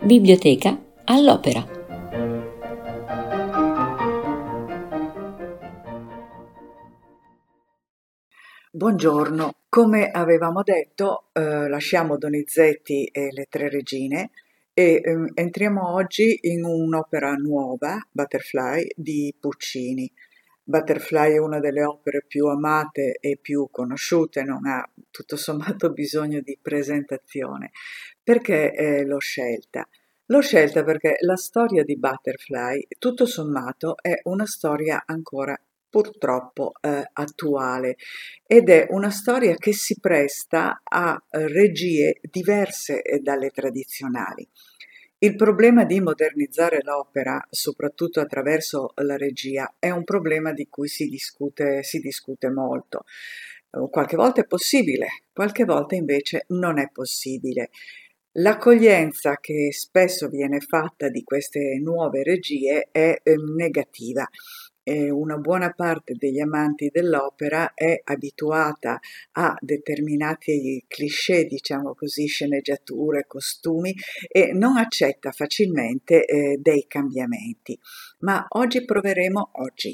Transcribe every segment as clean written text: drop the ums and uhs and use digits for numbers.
Biblioteca all'opera. Buongiorno, come avevamo detto, lasciamo Donizetti e le tre regine e entriamo oggi in un'opera nuova, Butterfly, di Puccini. Butterfly è una delle opere più amate e più conosciute, non ha tutto sommato bisogno di presentazione. Perché l'ho scelta? L'ho scelta perché la storia di Butterfly, tutto sommato, è una storia ancora purtroppo attuale ed è una storia che si presta a regie diverse dalle tradizionali. Il problema di modernizzare l'opera, soprattutto attraverso la regia, è un problema di cui si discute molto. Qualche volta è possibile, qualche volta invece non è possibile. L'accoglienza che spesso viene fatta di queste nuove regie è negativa. Una buona parte degli amanti dell'opera è abituata a determinati cliché, diciamo così, sceneggiature, costumi e non accetta facilmente dei cambiamenti. Ma oggi proveremo,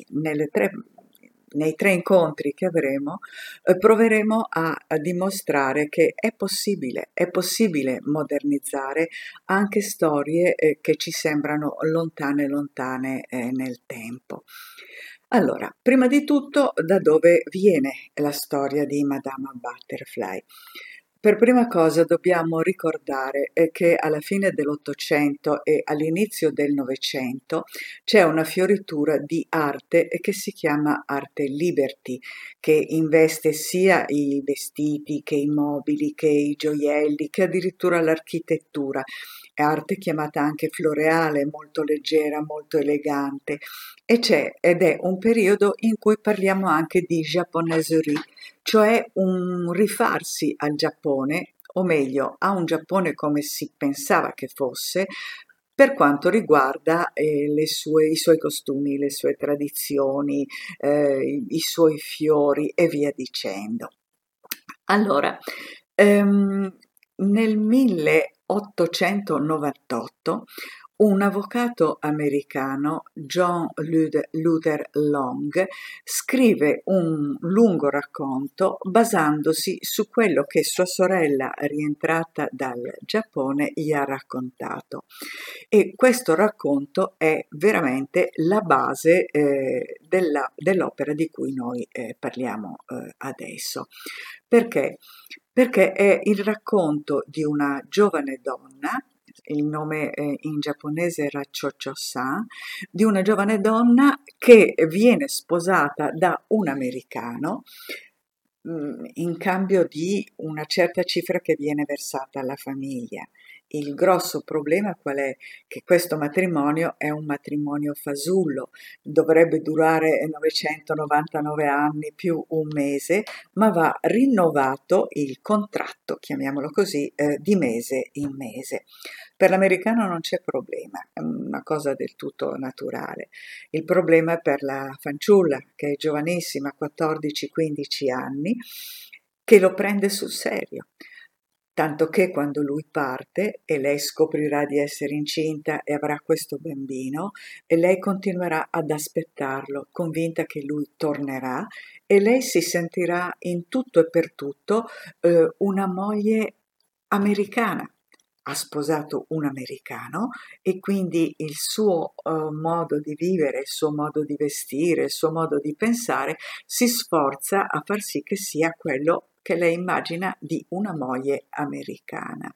nei tre incontri che avremo, proveremo a dimostrare che è possibile modernizzare anche storie che ci sembrano lontane lontane nel tempo. Allora, prima di tutto, da dove viene la storia di Madama Butterfly? Per prima cosa dobbiamo ricordare che alla fine dell'Ottocento e all'inizio del Novecento c'è una fioritura di arte che si chiama arte liberty, che investe sia i vestiti che i mobili, che i gioielli, che addirittura l'architettura. È arte chiamata anche floreale, molto leggera, molto elegante ed è un periodo in cui parliamo anche di japoneserie, cioè un rifarsi al Giappone, o meglio a un Giappone come si pensava che fosse, per quanto riguarda i suoi costumi, le sue tradizioni, i suoi fiori e via dicendo. Allora, nel 1898 un avvocato americano, John Luther Long, scrive un lungo racconto basandosi su quello che sua sorella, rientrata dal Giappone, gli ha raccontato. E questo racconto è veramente la base dell'opera di cui noi parliamo adesso. Perché? Perché è il racconto di una giovane donna, il nome in giapponese era Cho-Cho-san, di una giovane donna che viene sposata da un americano in cambio di una certa cifra che viene versata alla famiglia. Il grosso problema qual è? Che questo matrimonio è un matrimonio fasullo, dovrebbe durare 999 anni più un mese, ma va rinnovato il contratto, chiamiamolo così, di mese in mese. Per l'americano non c'è problema, è una cosa del tutto naturale. Il problema è per la fanciulla, che è giovanissima, 14-15 anni, che lo prende sul serio. Tanto che quando lui parte e lei scoprirà di essere incinta e avrà questo bambino, e lei continuerà ad aspettarlo, convinta che lui tornerà, e lei si sentirà in tutto e per tutto una moglie americana. Ha sposato un americano e quindi il suo modo di vivere, il suo modo di vestire, il suo modo di pensare si sforza a far sì che sia quello che lei immagina di una moglie americana.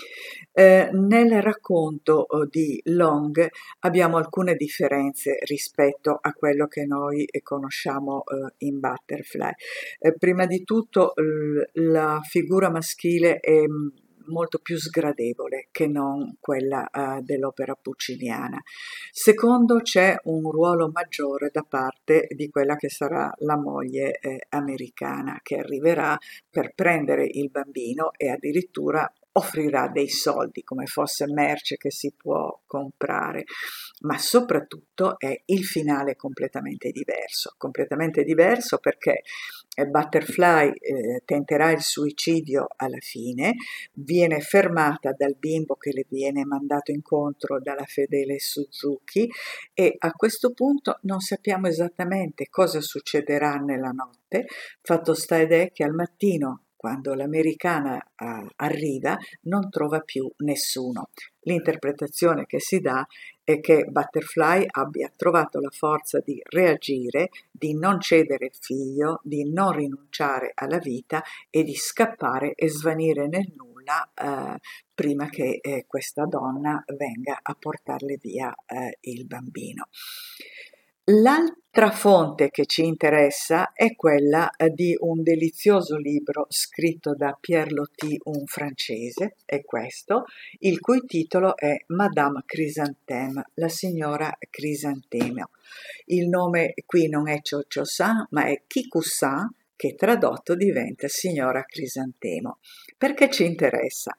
Nel racconto di Long abbiamo alcune differenze rispetto a quello che noi conosciamo in Butterfly. Prima di tutto la figura maschile è molto più sgradevole che non quella dell'opera pucciniana. Secondo, c'è un ruolo maggiore da parte di quella che sarà la moglie americana che arriverà per prendere il bambino e addirittura offrirà dei soldi come fosse merce che si può comprare, ma soprattutto è il finale completamente diverso perché Butterfly tenterà il suicidio alla fine, viene fermata dal bimbo che le viene mandato incontro dalla fedele Suzuki e a questo punto non sappiamo esattamente cosa succederà nella notte, fatto sta ed è che al mattino, quando l'americana arriva, non trova più nessuno. L'interpretazione che si dà è che Butterfly abbia trovato la forza di reagire, di non cedere il figlio, di non rinunciare alla vita e di scappare e svanire nel nulla prima che questa donna venga a portarle via il bambino. L'altra fonte che ci interessa è quella di un delizioso libro scritto da Pierre Loti, un francese, è questo, il cui titolo è Madame Chrysanthème, la signora Crisantemo. Il nome qui non è Cho-Cho-San, ma è Kiku-San, che tradotto diventa signora Crisantemo. Perché ci interessa?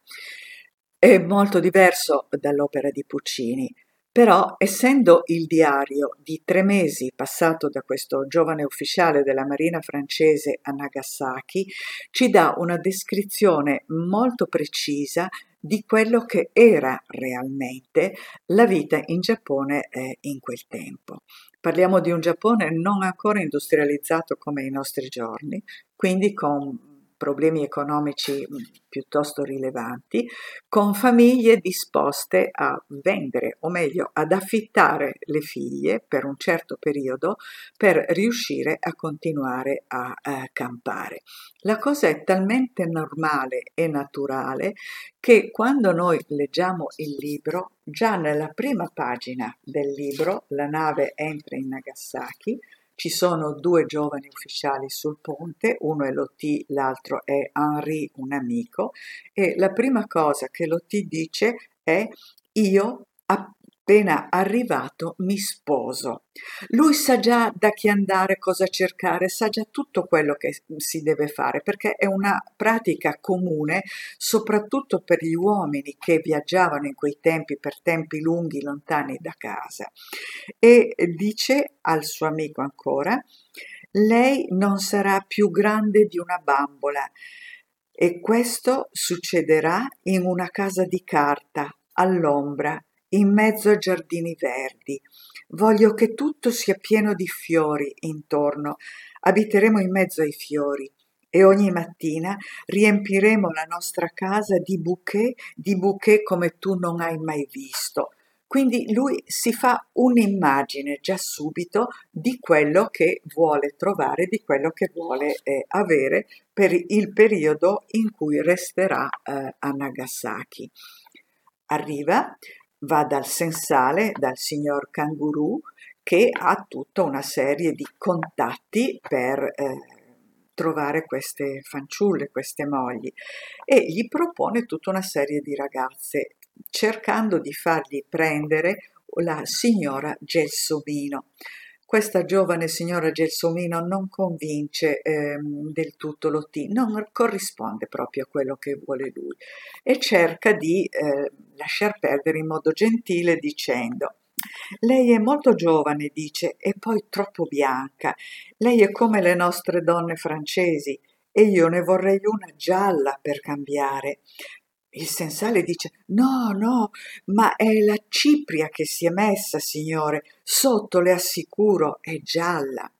È molto diverso dall'opera di Puccini. Però, essendo il diario di 3 mesi passato da questo giovane ufficiale della marina francese a Nagasaki, ci dà una descrizione molto precisa di quello che era realmente la vita in Giappone in quel tempo. Parliamo di un Giappone non ancora industrializzato come i nostri giorni, quindi con problemi economici piuttosto rilevanti, con famiglie disposte a vendere, o meglio, ad affittare le figlie per un certo periodo per riuscire a continuare a campare. La cosa è talmente normale e naturale che quando noi leggiamo il libro, già nella prima pagina del libro, la nave entra in Nagasaki. Ci sono 2 giovani ufficiali sul ponte, uno è Loti, l'altro è Henri, un amico, e la prima cosa che Loti dice è: io appena arrivato mi sposo. Lui sa già da chi andare, cosa cercare, sa già tutto quello che si deve fare, perché è una pratica comune soprattutto per gli uomini che viaggiavano in quei tempi per tempi lunghi lontani da casa. E dice al suo amico ancora: lei non sarà più grande di una bambola e questo succederà in una casa di carta, all'ombra, in mezzo a giardini verdi. Voglio che tutto sia pieno di fiori intorno. Abiteremo in mezzo ai fiori e ogni mattina riempiremo la nostra casa di bouquet come tu non hai mai visto. Quindi lui si fa un'immagine già subito di quello che vuole trovare, di quello che vuole avere per il periodo in cui resterà a Nagasaki. Arriva, va dal sensale, dal signor Kanguru, che ha tutta una serie di contatti per trovare queste fanciulle, queste mogli, e gli propone tutta una serie di ragazze, cercando di fargli prendere la signora Gelsomino. Questa giovane signora Gelsomino non convince del tutto Loti, non corrisponde proprio a quello che vuole lui e cerca di lasciar perdere in modo gentile dicendo: lei è molto giovane, dice, e poi troppo bianca. Lei è come le nostre donne francesi e io ne vorrei una gialla per cambiare. Il sensale dice: no, no, ma è la cipria che si è messa, signore, sotto le assicuro è gialla.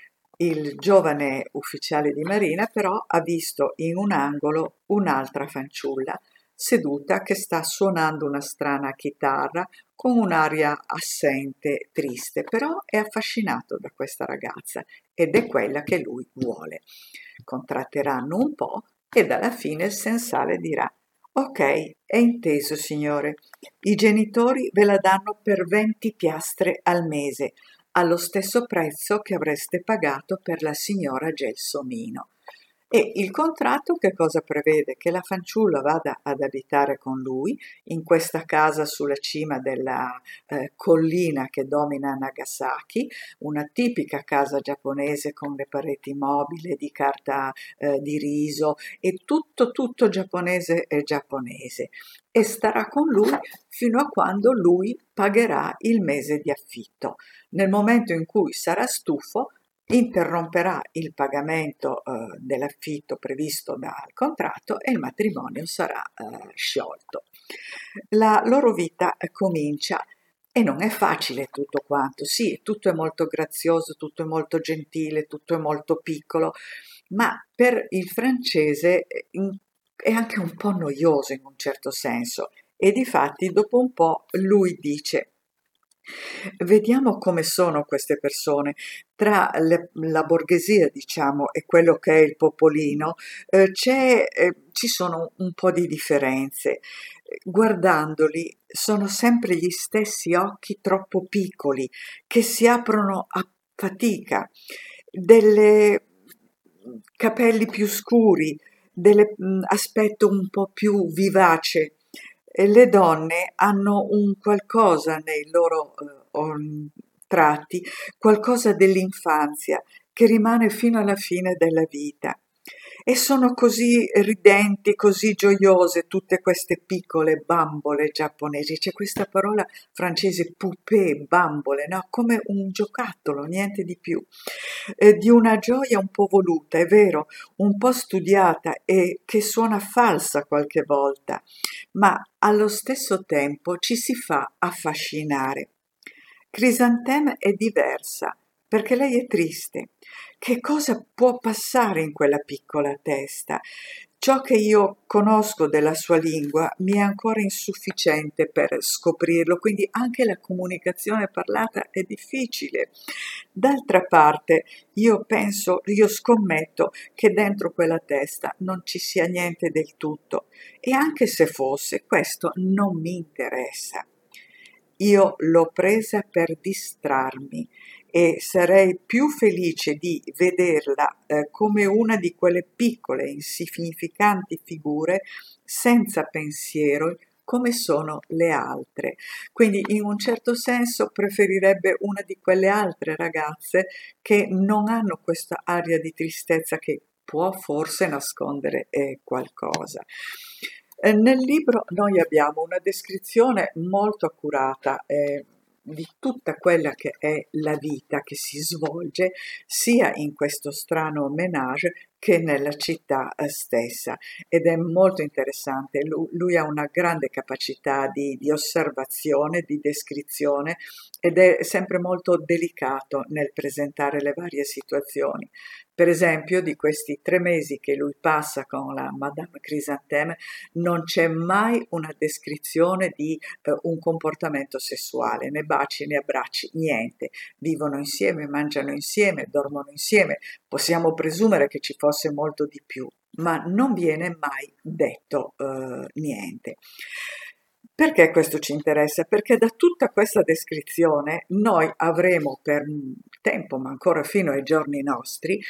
Il giovane ufficiale di marina però ha visto in un angolo un'altra fanciulla seduta che sta suonando una strana chitarra con un'aria assente, triste, però è affascinato da questa ragazza ed è quella che lui vuole. Contratteranno un po' ed alla fine il sensale dirà: ok, è inteso, signore. I genitori ve la danno per 20 piastre al mese, allo stesso prezzo che avreste pagato per la signora Gelsomino. E il contratto che cosa prevede? Che la fanciulla vada ad abitare con lui in questa casa sulla cima della collina che domina Nagasaki, una tipica casa giapponese con le pareti mobili di carta di riso e tutto giapponese e giapponese, e starà con lui fino a quando lui pagherà il mese di affitto. Nel momento in cui sarà stufo interromperà il pagamento dell'affitto previsto dal contratto e il matrimonio sarà sciolto. La loro vita comincia e non è facile tutto quanto, sì, tutto è molto grazioso, tutto è molto gentile, tutto è molto piccolo, ma per il francese è anche un po' noioso in un certo senso e difatti dopo un po' lui dice: vediamo come sono queste persone. Tra la borghesia, diciamo, e quello che è il popolino, ci sono un po' di differenze. Guardandoli sono sempre gli stessi occhi troppo piccoli che si aprono a fatica, delle capelli più scuri, aspetto un po' più vivace. E le donne hanno un qualcosa nei loro tratti, qualcosa dell'infanzia che rimane fino alla fine della vita. E sono così ridenti, così gioiose tutte queste piccole bambole giapponesi. C'è questa parola francese poupée, bambole, no? Come un giocattolo, niente di più. Di una gioia un po' voluta, è vero, un po' studiata e che suona falsa qualche volta, ma allo stesso tempo ci si fa affascinare. Crisantème è diversa perché lei è triste. Che cosa può passare in quella piccola testa? Ciò che io conosco della sua lingua mi è ancora insufficiente per scoprirlo, quindi anche la comunicazione parlata è difficile. D'altra parte, io scommetto che dentro quella testa non ci sia niente del tutto e anche se fosse, questo non mi interessa. Io l'ho presa per distrarmi e sarei più felice di vederla come una di quelle piccole e insignificanti figure senza pensiero come sono le altre. Quindi in un certo senso preferirebbe una di quelle altre ragazze che non hanno questa aria di tristezza che può forse nascondere qualcosa. Nel libro noi abbiamo una descrizione molto accurata di tutta quella che è la vita che si svolge sia in questo strano ménage che nella città stessa ed è molto interessante. Lui ha una grande capacità di osservazione, di descrizione ed è sempre molto delicato nel presentare le varie situazioni. Per esempio, di questi 3 mesi che lui passa con la Madame Chrysanthème, non c'è mai una descrizione di un comportamento sessuale, né baci né abbracci, niente. Vivono insieme, mangiano insieme, dormono insieme. Possiamo presumere che ci fosse molto di più, ma non viene mai detto niente. Perché questo ci interessa? Perché da tutta questa descrizione noi avremo per tempo, ma ancora fino ai giorni nostri,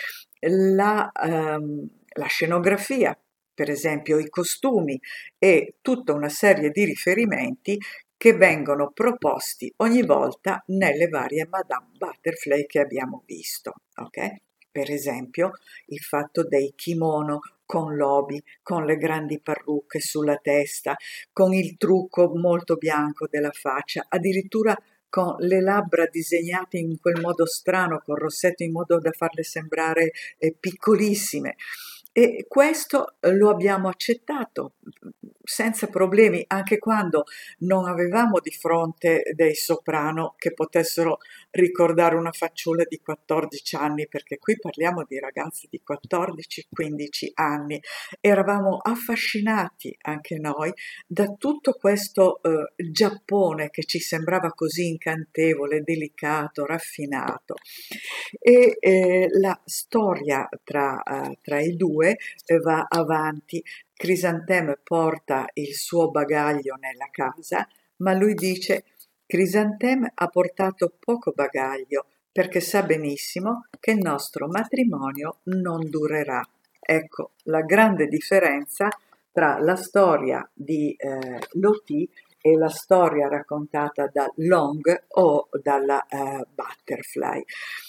la scenografia, per esempio i costumi e tutta una serie di riferimenti che vengono proposti ogni volta nelle varie Madame Butterfly che abbiamo visto, ok? Per esempio il fatto dei kimono con l'obi, con le grandi parrucche sulla testa, con il trucco molto bianco della faccia, addirittura con le labbra disegnate in quel modo strano, col rossetto in modo da farle sembrare piccolissime. E questo lo abbiamo accettato senza problemi, anche quando non avevamo di fronte dei soprano che potessero ricordare una fanciulla di 14 anni, perché qui parliamo di ragazzi di 14-15 anni. Eravamo affascinati anche noi da tutto questo Giappone che ci sembrava così incantevole, delicato, raffinato. E la storia tra i due va avanti. Crisantème porta il suo bagaglio nella casa, ma lui dice: Crisantème ha portato poco bagaglio perché sa benissimo che il nostro matrimonio non durerà. Ecco la grande differenza tra la storia di Loti e la storia raccontata da Long o dalla Butterfly.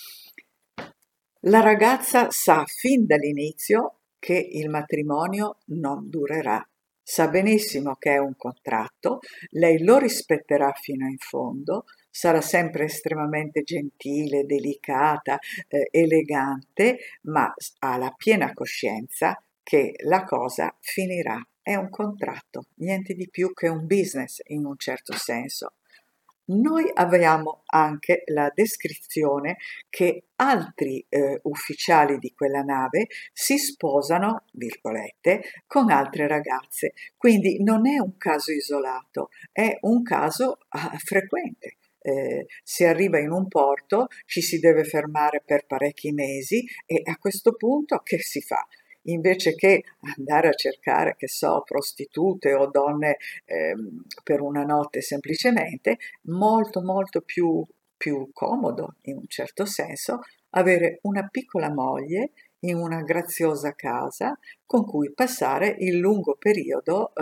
La ragazza sa fin dall'inizio che il matrimonio non durerà. Sa benissimo che è un contratto, lei lo rispetterà fino in fondo, sarà sempre estremamente gentile, delicata, elegante, ma ha la piena coscienza che la cosa finirà. È un contratto, niente di più che un business in un certo senso. Noi avevamo anche la descrizione che altri ufficiali di quella nave si sposano, virgolette, con altre ragazze, quindi non è un caso isolato, è un caso frequente. Si arriva in un porto, ci si deve fermare per parecchi mesi e a questo punto che si fa? Invece che andare a cercare, che so, prostitute o donne per una notte semplicemente, molto più comodo in un certo senso avere una piccola moglie in una graziosa casa con cui passare il lungo periodo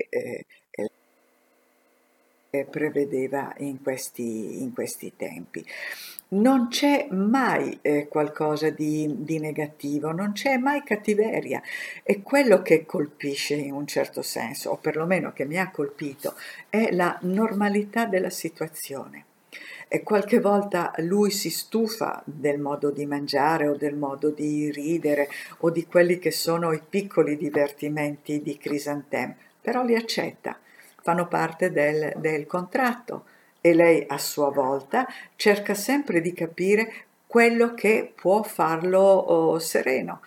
che prevedeva in questi tempi. Non c'è mai qualcosa di negativo, non c'è mai cattiveria. E quello che colpisce in un certo senso, o perlomeno che mi ha colpito, è la normalità della situazione. E qualche volta lui si stufa del modo di mangiare o del modo di ridere o di quelli che sono i piccoli divertimenti di Chrysanthème, però li accetta, fanno parte del contratto e lei a sua volta cerca sempre di capire quello che può farlo sereno,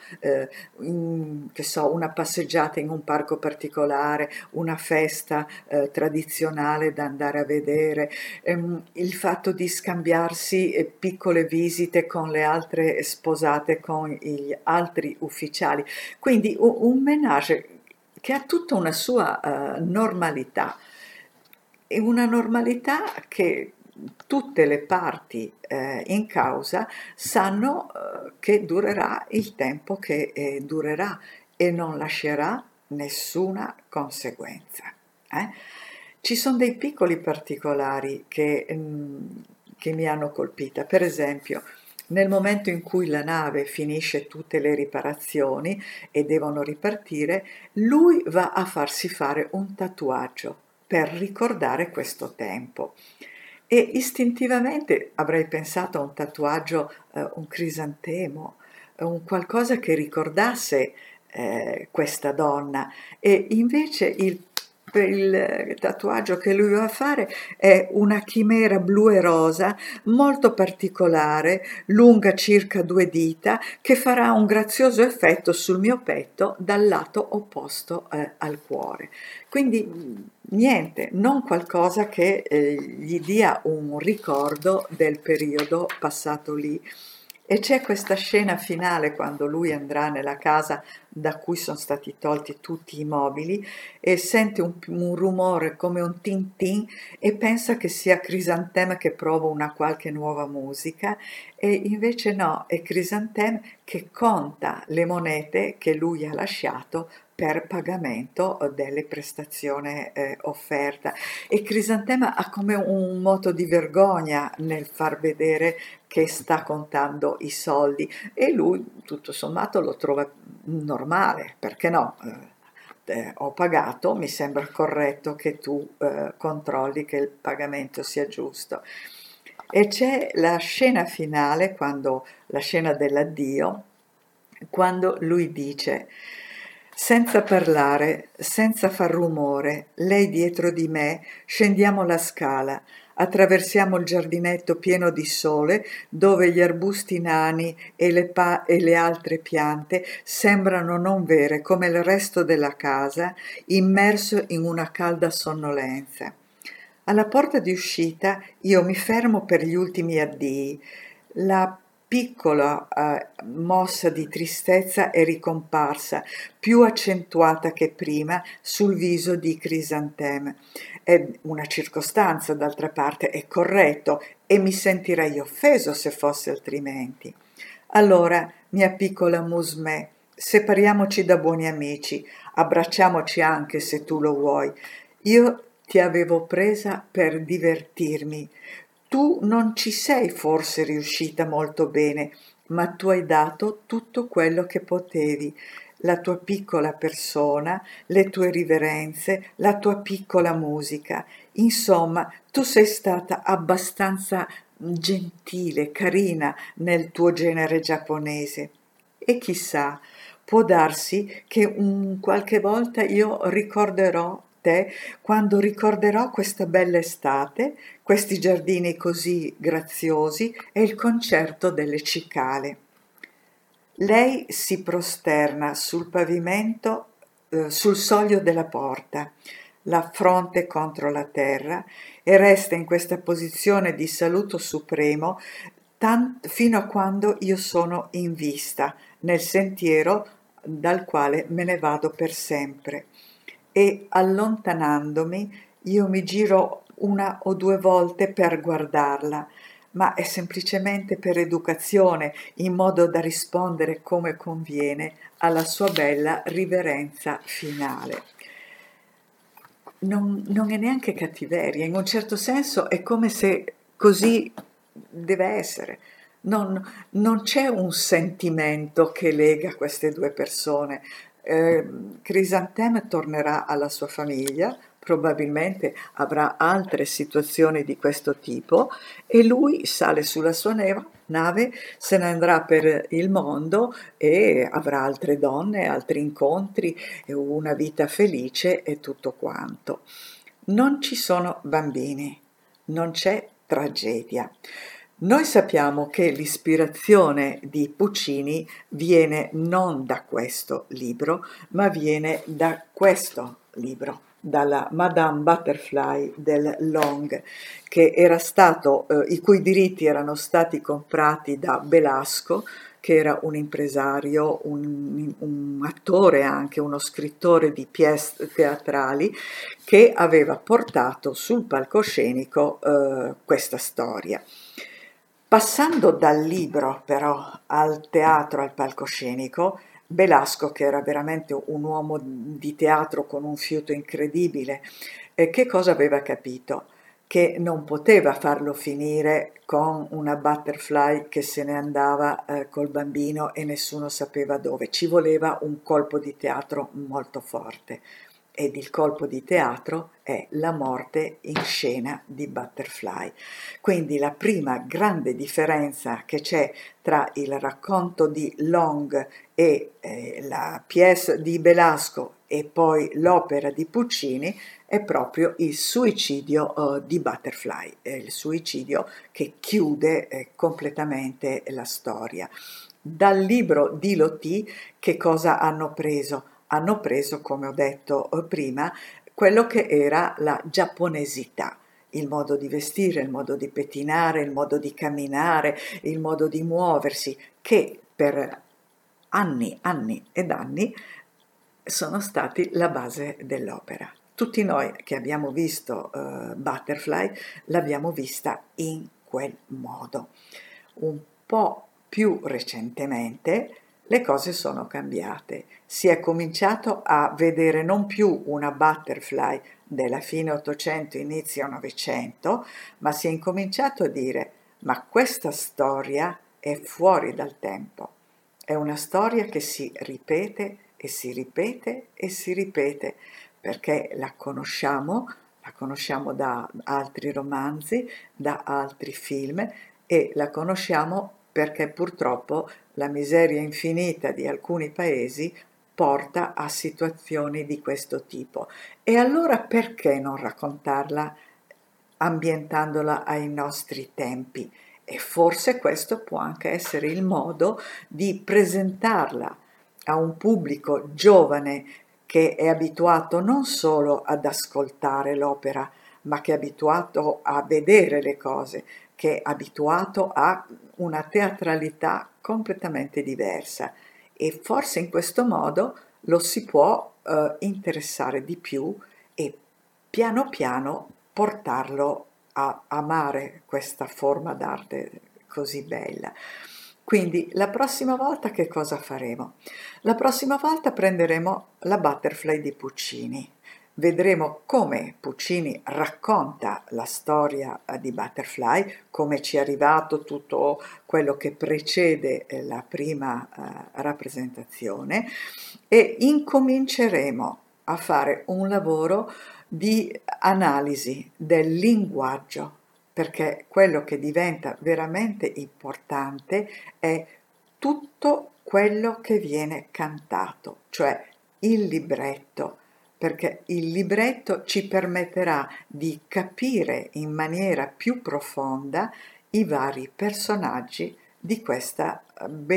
che so, una passeggiata in un parco particolare, una festa tradizionale da andare a vedere, il fatto di scambiarsi piccole visite con le altre sposate, con gli altri ufficiali. Quindi un ménage che ha tutta una sua normalità e una normalità che tutte le parti in causa sanno che durerà il tempo che durerà e non lascerà nessuna conseguenza. eh. Ci sono dei piccoli particolari che mi hanno colpita. Per esempio, nel momento in cui la nave finisce tutte le riparazioni e devono ripartire, lui va a farsi fare un tatuaggio per ricordare questo tempo. E istintivamente avrei pensato a un tatuaggio, un crisantemo, un qualcosa che ricordasse questa donna. E invece per il tatuaggio che lui va a fare è una chimera blu e rosa molto particolare, lunga circa 2 dita, che farà un grazioso effetto sul mio petto dal lato opposto al cuore. Quindi niente, non qualcosa che gli dia un ricordo del periodo passato lì. E c'è questa scena finale quando lui andrà nella casa da cui sono stati tolti tutti i mobili e sente un rumore come un tin tin e pensa che sia Chrysanthème che prova una qualche nuova musica e invece no, è Chrysanthème che conta le monete che lui ha lasciato per pagamento delle prestazioni offerta e Crisantema ha come un moto di vergogna nel far vedere che sta contando i soldi e lui tutto sommato lo trova normale, perché no? Ho pagato, mi sembra corretto che tu controlli che il pagamento sia giusto. E c'è la scena finale, la scena dell'addio, quando lui dice, senza parlare, senza far rumore, lei dietro di me, scendiamo la scala, attraversiamo il giardinetto pieno di sole, dove gli arbusti nani e le altre piante sembrano non vere come il resto della casa, immerso in una calda sonnolenza. Alla porta di uscita io mi fermo per gli ultimi addii. La piccola mossa di tristezza è ricomparsa, più accentuata che prima, sul viso di Crisantème. È una circostanza, d'altra parte, è corretto e mi sentirei offeso se fosse altrimenti. Allora, mia piccola Musmè, separiamoci da buoni amici, abbracciamoci anche se tu lo vuoi. Io ti avevo presa per divertirmi. Tu non ci sei forse riuscita molto bene, ma tu hai dato tutto quello che potevi. la tua piccola persona, le tue riverenze, la tua piccola musica. Insomma, tu sei stata abbastanza gentile, carina nel tuo genere giapponese. E chissà, può darsi che qualche volta io ricorderò te quando ricorderò questa bella estate, questi giardini così graziosi e il concerto delle cicale. Lei si prosterna sul pavimento, sul soglio della porta, la fronte contro la terra e resta in questa posizione di saluto supremo fino a quando io sono in vista nel sentiero dal quale me ne vado per sempre. E allontanandomi io mi giro una o due volte per guardarla, ma è semplicemente per educazione, in modo da rispondere come conviene alla sua bella riverenza finale. Non è neanche cattiveria, in un certo senso è come se così deve essere. Non c'è un sentimento che lega queste due persone. Chrysanthème tornerà alla sua famiglia, probabilmente avrà altre situazioni di questo tipo e lui sale sulla sua nave, se ne andrà per il mondo e avrà altre donne, altri incontri, una vita felice e tutto quanto. Non ci sono bambini, non c'è tragedia. Noi sappiamo che l'ispirazione di Puccini viene non da questo libro, ma viene da questo libro, dalla Madame Butterfly del Long, che era stato, i cui diritti erano stati comprati da Belasco, che era un impresario, un attore anche, uno scrittore di pièce teatrali, che aveva portato sul palcoscenico questa storia. Passando dal libro però al teatro, al palcoscenico, Belasco, che era veramente un uomo di teatro con un fiuto incredibile, che cosa aveva capito? Che non poteva farlo finire con una butterfly che se ne andava col bambino e nessuno sapeva dove. Ci voleva un colpo di teatro molto forte. Ed il colpo di teatro è la morte in scena di Butterfly. Quindi la prima grande differenza che c'è tra il racconto di Long e la pièce di Belasco e poi l'opera di Puccini è proprio il suicidio di Butterfly, il suicidio che chiude completamente la storia. Dal libro di Loti che cosa hanno preso? Hanno preso, come ho detto prima, quello che era la giapponesità, il modo di vestire, il modo di pettinare, il modo di camminare, il modo di muoversi, che per anni ed anni sono stati la base dell'opera. Tutti noi che abbiamo visto Butterfly l'abbiamo vista in quel modo. Un po' più recentemente le cose sono cambiate. Si è cominciato a vedere non più una butterfly della fine 800, inizio 900, ma si è incominciato a dire: ma questa storia è fuori dal tempo. È una storia che si ripete e si ripete e si ripete, perché la conosciamo da altri romanzi, da altri film e la conosciamo perché purtroppo la miseria infinita di alcuni paesi porta a situazioni di questo tipo. E allora perché non raccontarla ambientandola ai nostri tempi? E forse questo può anche essere il modo di presentarla a un pubblico giovane che è abituato non solo ad ascoltare l'opera, ma che è abituato a vedere le cose, che è abituato a una teatralità completamente diversa e forse in questo modo lo si può interessare di più e piano piano portarlo a amare questa forma d'arte così bella. Quindi la prossima volta che cosa faremo? La prossima volta prenderemo la Butterfly di Puccini. vedremo come Puccini racconta la storia di Butterfly, come ci è arrivato tutto quello che precede la prima rappresentazione, e incominceremo a fare un lavoro di analisi del linguaggio, perché quello che diventa veramente importante è tutto quello che viene cantato, cioè il libretto, perché il libretto ci permetterà di capire in maniera più profonda i vari personaggi di questa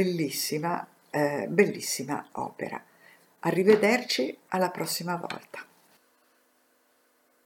bellissima opera. Arrivederci alla prossima volta.